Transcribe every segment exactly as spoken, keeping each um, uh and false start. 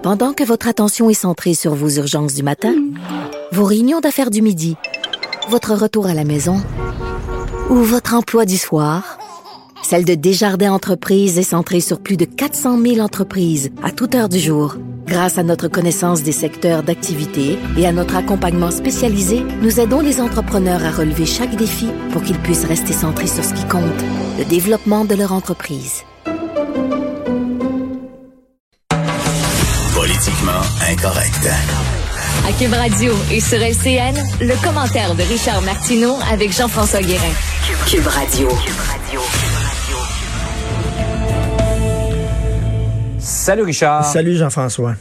Pendant que votre attention est centrée sur vos urgences du matin, vos réunions d'affaires du midi, votre retour à la maison ou votre emploi du soir, celle de Desjardins Entreprises est centrée sur plus de quatre cent mille entreprises à toute heure du jour. Grâce à notre connaissance des secteurs d'activité et à notre accompagnement spécialisé, nous aidons les entrepreneurs à relever chaque défi pour qu'ils puissent rester centrés sur ce qui compte, le développement de leur entreprise. Politiquement incorrect. À Cube Radio et sur L C N, le commentaire de Richard Martineau avec Jean-François Guérin. Cube Radio. Salut Richard. Salut Jean-François.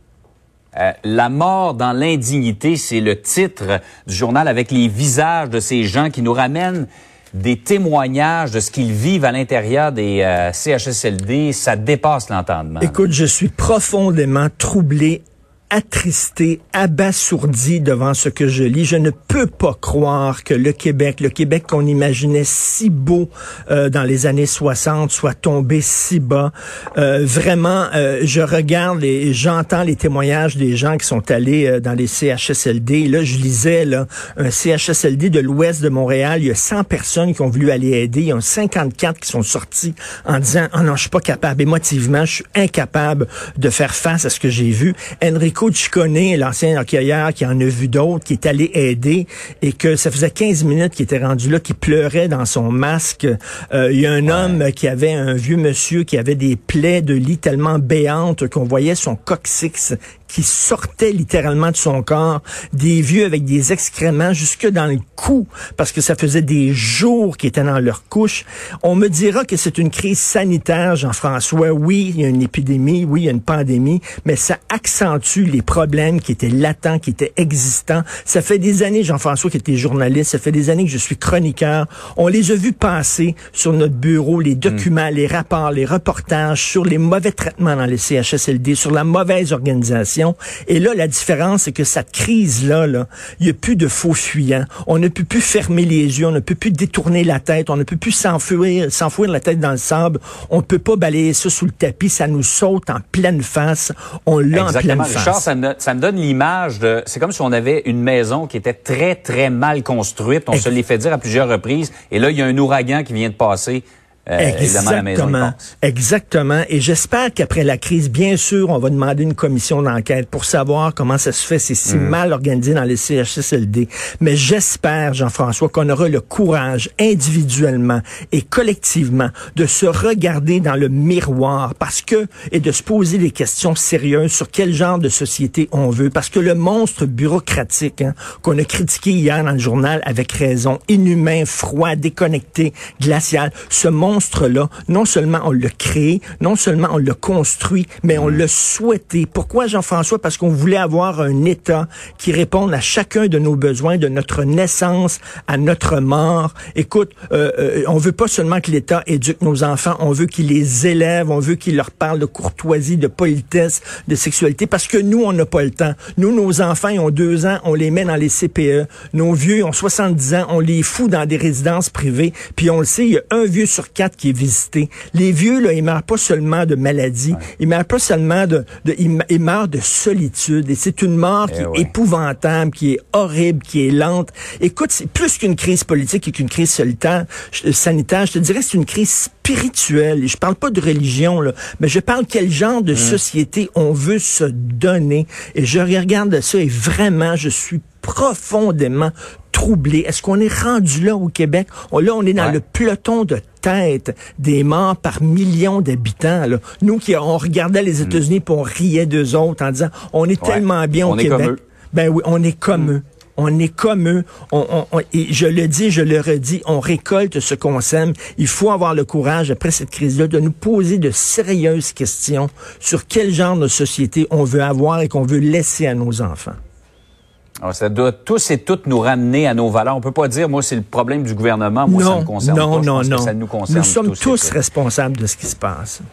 Euh, la mort dans l'indignité, c'est le titre du journal avec les visages de ces gens qui nous ramènent des témoignages de ce qu'ils vivent à l'intérieur des euh, C H S L D. Ça dépasse l'entendement. Écoute, je suis profondément troublé, attristé, abasourdi devant ce que je lis. Je ne peux pas croire que le Québec, le Québec qu'on imaginait si beau euh, dans les années soixante, soit tombé si bas. Euh, vraiment, euh, je regarde et j'entends les témoignages des gens qui sont allés euh, dans les C H S L D. Là, je lisais là, un C H S L D de l'ouest de Montréal. Il y a cent personnes qui ont voulu aller aider. Il y a cinquante-quatre qui sont sortis en disant « Ah non, je suis pas capable. Émotivement, je suis incapable de faire face à ce que j'ai vu. » Enrico Ciccone, l'ancien hockeyeur qui en a vu d'autres, qui est allé aider et que ça faisait quinze minutes qu'il était rendu là, qui pleurait dans son masque. Euh, il y a un ouais. homme qui avait, un vieux monsieur qui avait des plaies de lit tellement béantes qu'on voyait son coccyx qui sortait littéralement de son corps, des vieux avec des excréments jusque dans le cou, parce que ça faisait des jours qu'ils étaient dans leur couche. On me dira que c'est une crise sanitaire, Jean-François. Oui, il y a une épidémie, oui, il y a une pandémie, mais ça accentue les problèmes qui étaient latents, qui étaient existants. Ça fait des années, Jean-François, que tu es journaliste, ça fait des années que je suis chroniqueur. On les a vus passer sur notre bureau, les documents, mmh. les rapports, les reportages sur les mauvais traitements dans les C H S L D, sur la mauvaise organisation. Et là, la différence, c'est que cette crise-là, là, il n'y a plus de faux fuyants. On ne peut plus fermer les yeux, on ne peut plus détourner la tête, on ne peut plus s'enfouir, s'enfouir la tête dans le sable. On ne peut pas balayer ça sous le tapis, ça nous saute en pleine face. On l'a en pleine face. Richard, ça me, ça me donne l'image de... C'est comme si on avait une maison qui était très, très mal construite. On Ex- se l'est fait dire à plusieurs reprises. Et là, il y a un ouragan qui vient de passer. Euh, Exactement, exactement. Et j'espère qu'après la crise, bien sûr, on va demander une commission d'enquête pour savoir comment ça se fait, c'est si mmh. mal organisé dans les C H S L D. Mais j'espère, Jean-François, qu'on aura le courage, individuellement et collectivement, de se regarder dans le miroir, parce que, et de se poser des questions sérieuses sur quel genre de société on veut. Parce que le monstre bureaucratique, hein, qu'on a critiqué hier dans le journal avec raison, inhumain, froid, déconnecté, glacial, ce monstre monstre-là, non seulement on l'a créé, non seulement on l'a construit, mais on l'a souhaité. Pourquoi, Jean-François? Parce qu'on voulait avoir un État qui réponde à chacun de nos besoins, de notre naissance à notre mort. Écoute, euh, euh, on veut pas seulement que l'État éduque nos enfants, on veut qu'il les élève, on veut qu'il leur parle de courtoisie, de politesse, de sexualité, parce que nous, on n'a pas le temps. Nous, nos enfants, ils ont deux ans, on les met dans les C P E. Nos vieux, ils ont soixante-dix ans, on les fout dans des résidences privées, puis on le sait, il y a un vieux sur quatre qui est visité. Les vieux, là, ils meurent pas seulement de maladie, ouais. ils meurent pas seulement de, de ils, ils meurent de solitude. Et c'est une mort eh qui ouais. est épouvantable, qui est horrible, qui est lente. Écoute, c'est plus qu'une crise politique et qu'une crise solitaire, sanitaire. Je te dirais, c'est une crise spirituelle. Et je parle pas de religion, là, mais je parle quel genre de mmh. société on veut se donner. Et je regarde ça et vraiment, je suis profondément troublé. Est-ce qu'on est rendu là au Québec? On, là, on est dans ouais. le peloton de tête des morts par millions d'habitants. Là. Nous, qui on regardait les États-Unis mmh. puis on riait d'eux autres en disant on est ouais. tellement bien on au est Québec. Comme eux. Ben oui, on est comme mmh. eux. On est comme eux. On, on, on, et je le dis, je le redis, on récolte ce qu'on sème. Il faut avoir le courage, après cette crise-là, de nous poser de sérieuses questions sur quel genre de société on veut avoir et qu'on veut laisser à nos enfants. Alors, ça doit tous et toutes nous ramener à nos valeurs. On peut pas dire, moi, c'est le problème du gouvernement. Moi, non, ça me concerne non, pas. non, Je pense non. que ça nous concerne Nous sommes tous, tous responsables de ce qui se passe.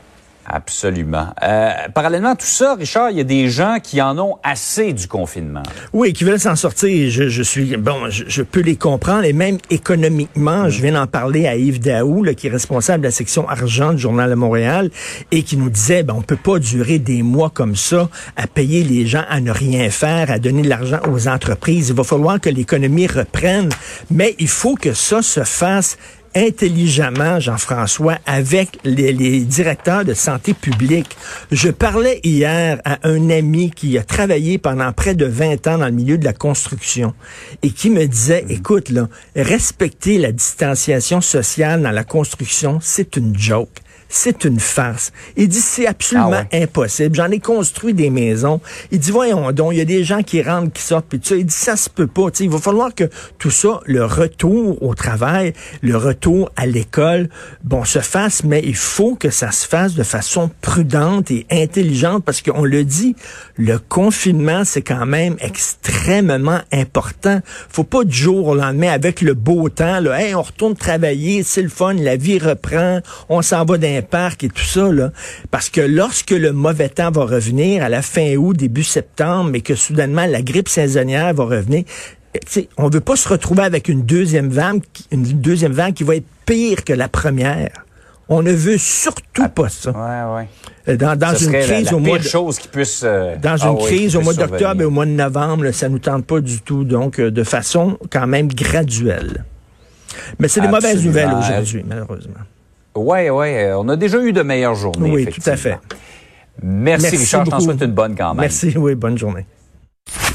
Absolument. Euh, parallèlement à tout ça, Richard, il y a des gens qui en ont assez du confinement. Oui, qui veulent s'en sortir. Je, je suis bon, je, je peux les comprendre et même économiquement, mmh. je viens d'en parler à Yves Daou, là, qui est responsable de la section argent du Journal de Montréal et qui nous disait, ben on peut pas durer des mois comme ça à payer les gens à ne rien faire, à donner de l'argent aux entreprises. Il va falloir que l'économie reprenne, mais il faut que ça se fasse intelligemment, Jean-François, avec les, les directeurs de santé publique. Je parlais hier à un ami qui a travaillé pendant près de vingt ans dans le milieu de la construction et qui me disait, mmh. écoute, là, respecter la distanciation sociale dans la construction, c'est une joke. C'est une farce. Il dit, c'est absolument ah ouais. impossible. J'en ai construit des maisons. Il dit, voyons donc, il y a des gens qui rentrent, qui sortent, puis tout ça. Il dit, ça se peut pas. T'sais, il va falloir que tout ça, le retour au travail, le retour à l'école, bon, se fasse, mais il faut que ça se fasse de façon prudente et intelligente, parce qu'on le dit, le confinement, c'est quand même extrêmement important. Faut pas du jour au lendemain, avec le beau temps, là, hey, on retourne travailler, c'est le fun, la vie reprend, on s'en va d'un parc et tout ça, là. Parce que lorsque le mauvais temps va revenir à la fin août, début septembre, mais que soudainement la grippe saisonnière va revenir, t'sais, on veut pas se retrouver avec une deuxième vague, une deuxième vague qui va être pire que la première. On ne veut surtout ah, pas ça. Ouais, ouais. Dans, dans une crise la, la au mois de, chose qui puisse, euh, dans ah, une oui, crise au mois d'octobre survenir. et au mois de novembre, là, ça nous tente pas du tout. Donc, euh, de façon quand même graduelle. Mais c'est des Absolument. mauvaises nouvelles aujourd'hui, malheureusement. Oui, oui. On a déjà eu de meilleures journées. Oui, tout à fait. Merci, Merci Richard. Beaucoup. Je t'en souhaite une bonne quand même. Merci, oui, bonne journée.